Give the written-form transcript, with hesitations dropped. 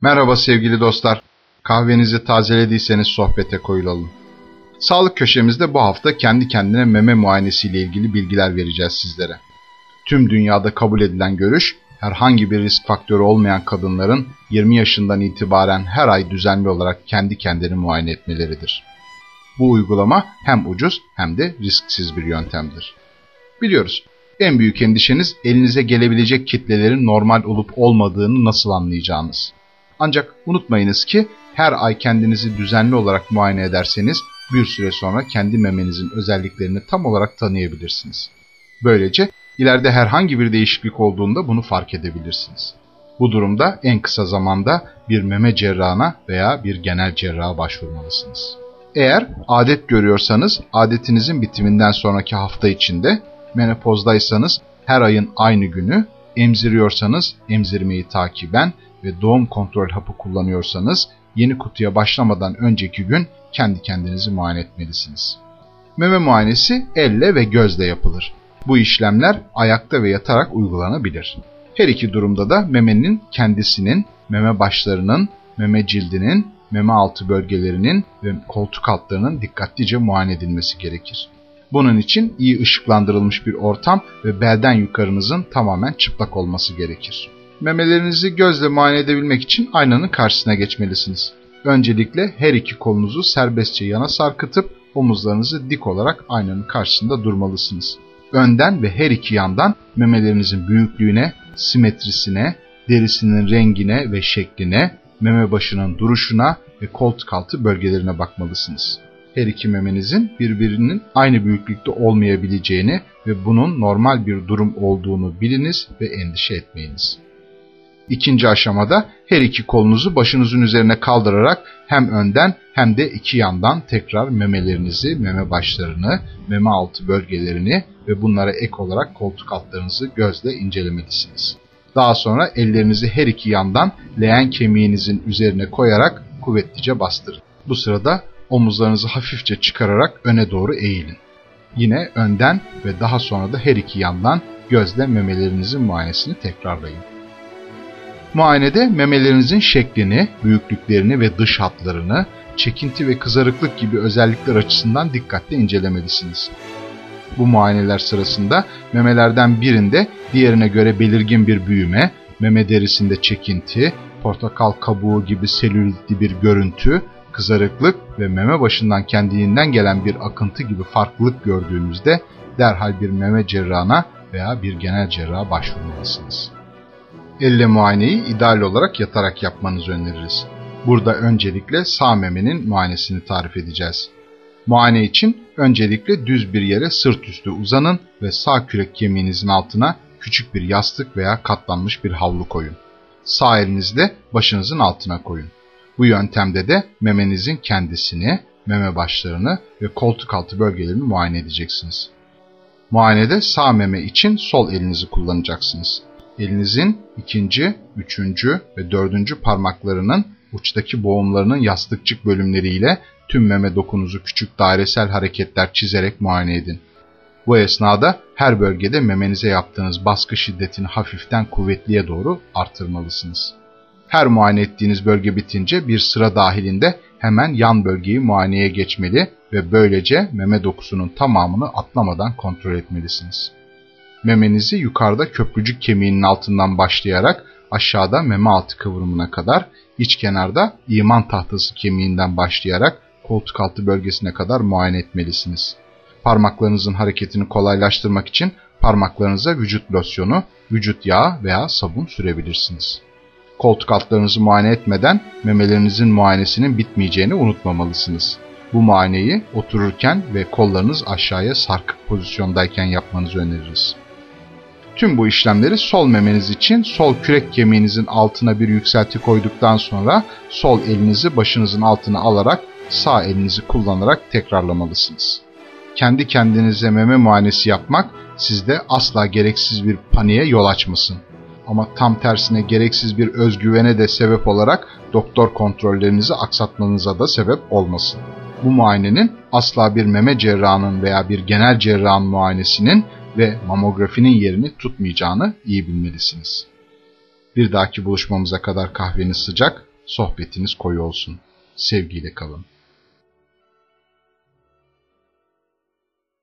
Merhaba sevgili dostlar. Kahvenizi tazelediyseniz sohbete koyulalım. Sağlık köşemizde bu hafta kendi kendine meme muayenesiyle ilgili bilgiler vereceğiz sizlere. Tüm dünyada kabul edilen görüş, herhangi bir risk faktörü olmayan kadınların 20 yaşından itibaren her ay düzenli olarak kendi kendini muayene etmeleridir. Bu uygulama hem ucuz hem de risksiz bir yöntemdir. Biliyoruz, en büyük endişeniz elinize gelebilecek kitlelerin normal olup olmadığını nasıl anlayacağınız. Ancak unutmayınız ki her ay kendinizi düzenli olarak muayene ederseniz bir süre sonra kendi memenizin özelliklerini tam olarak tanıyabilirsiniz. Böylece ileride herhangi bir değişiklik olduğunda bunu fark edebilirsiniz. Bu durumda en kısa zamanda bir meme cerrahına veya bir genel cerraha başvurmalısınız. Eğer adet görüyorsanız adetinizin bitiminden sonraki hafta içinde, menopozdaysanız her ayın aynı günü, emziriyorsanız emzirmeyi takiben ve doğum kontrol hapı kullanıyorsanız yeni kutuya başlamadan önceki gün kendi kendinizi muayene etmelisiniz. Meme muayenesi elle ve gözle yapılır. Bu işlemler ayakta ve yatarak uygulanabilir. Her iki durumda da memenin kendisinin, meme başlarının, meme cildinin, meme altı bölgelerinin ve koltuk altlarının dikkatlice muayene edilmesi gerekir. Bunun için iyi ışıklandırılmış bir ortam ve belden yukarınızın tamamen çıplak olması gerekir. Memelerinizi gözle muayene edebilmek için aynanın karşısına geçmelisiniz. Öncelikle her iki kolunuzu serbestçe yana sarkıtıp omuzlarınızı dik olarak aynanın karşısında durmalısınız. Önden ve her iki yandan memelerinizin büyüklüğüne, simetrisine, derisinin rengine ve şekline, meme başının duruşuna ve koltuk altı bölgelerine bakmalısınız. Her iki memenizin birbirinin aynı büyüklükte olmayabileceğini ve bunun normal bir durum olduğunu biliniz ve endişe etmeyiniz. İkinci aşamada her iki kolunuzu başınızın üzerine kaldırarak hem önden hem de iki yandan tekrar memelerinizi, meme başlarını, meme altı bölgelerini ve bunlara ek olarak koltuk altlarınızı gözle incelemelisiniz. Daha sonra ellerinizi her iki yandan leğen kemiğinizin üzerine koyarak kuvvetlice bastırın. Bu sırada omuzlarınızı hafifçe çıkararak öne doğru eğilin. Yine önden ve daha sonra da her iki yandan gözle memelerinizin muayenesini tekrarlayın. Muayenede memelerinizin şeklini, büyüklüklerini ve dış hatlarını, çekinti ve kızarıklık gibi özellikler açısından dikkatle incelemelisiniz. Bu muayeneler sırasında memelerden birinde diğerine göre belirgin bir büyüme, meme derisinde çekinti, portakal kabuğu gibi selülitli bir görüntü, kızarıklık ve meme başından kendiliğinden gelen bir akıntı gibi farklılık gördüğünüzde derhal bir meme cerrahına veya bir genel cerraha başvurmalısınız. Elle muayeneyi ideal olarak yatarak yapmanızı öneririz. Burada öncelikle sağ memenin muayenesini tarif edeceğiz. Muayene için öncelikle düz bir yere sırt üstü uzanın ve sağ kürek kemiğinizin altına küçük bir yastık veya katlanmış bir havlu koyun. Sağ elinizle başınızın altına koyun. Bu yöntemde de memenizin kendisini, meme başlarını ve koltuk altı bölgelerini muayene edeceksiniz. Muayenede sağ meme için sol elinizi kullanacaksınız. Elinizin ikinci, üçüncü ve dördüncü parmaklarının uçtaki boğumlarının yastıkçık bölümleriyle tüm meme dokunuzu küçük dairesel hareketler çizerek muayene edin. Bu esnada her bölgede memenize yaptığınız baskı şiddetini hafiften kuvvetliye doğru artırmalısınız. Her muayene ettiğiniz bölge bitince bir sıra dahilinde hemen yan bölgeyi muayeneye geçmeli ve böylece meme dokusunun tamamını atlamadan kontrol etmelisiniz. Memenizi yukarıda köprücük kemiğinin altından başlayarak aşağıda meme altı kıvrımına kadar, iç kenarda iman tahtası kemiğinden başlayarak koltuk altı bölgesine kadar muayene etmelisiniz. Parmaklarınızın hareketini kolaylaştırmak için parmaklarınıza vücut losyonu, vücut yağı veya sabun sürebilirsiniz. Koltuk altlarınızı muayene etmeden memelerinizin muayenesinin bitmeyeceğini unutmamalısınız. Bu muayeneyi otururken ve kollarınız aşağıya sarkık pozisyondayken yapmanızı öneririz. Tüm bu işlemleri sol memeniz için sol kürek kemiğinizin altına bir yükselti koyduktan sonra sol elinizi başınızın altına alarak sağ elinizi kullanarak tekrarlamalısınız. Kendi kendinize meme muayenesi yapmak sizde asla gereksiz bir paniğe yol açmasın. Ama tam tersine gereksiz bir özgüvene de sebep olarak doktor kontrollerinizi aksatmanıza da sebep olmasın. Bu muayenenin asla bir meme cerrahının veya bir genel cerrahın muayenesinin ve mamografinin yerini tutmayacağını iyi bilmelisiniz. Bir dahaki buluşmamıza kadar kahveniz sıcak, Sohbetiniz koyu olsun. Sevgiyle kalın.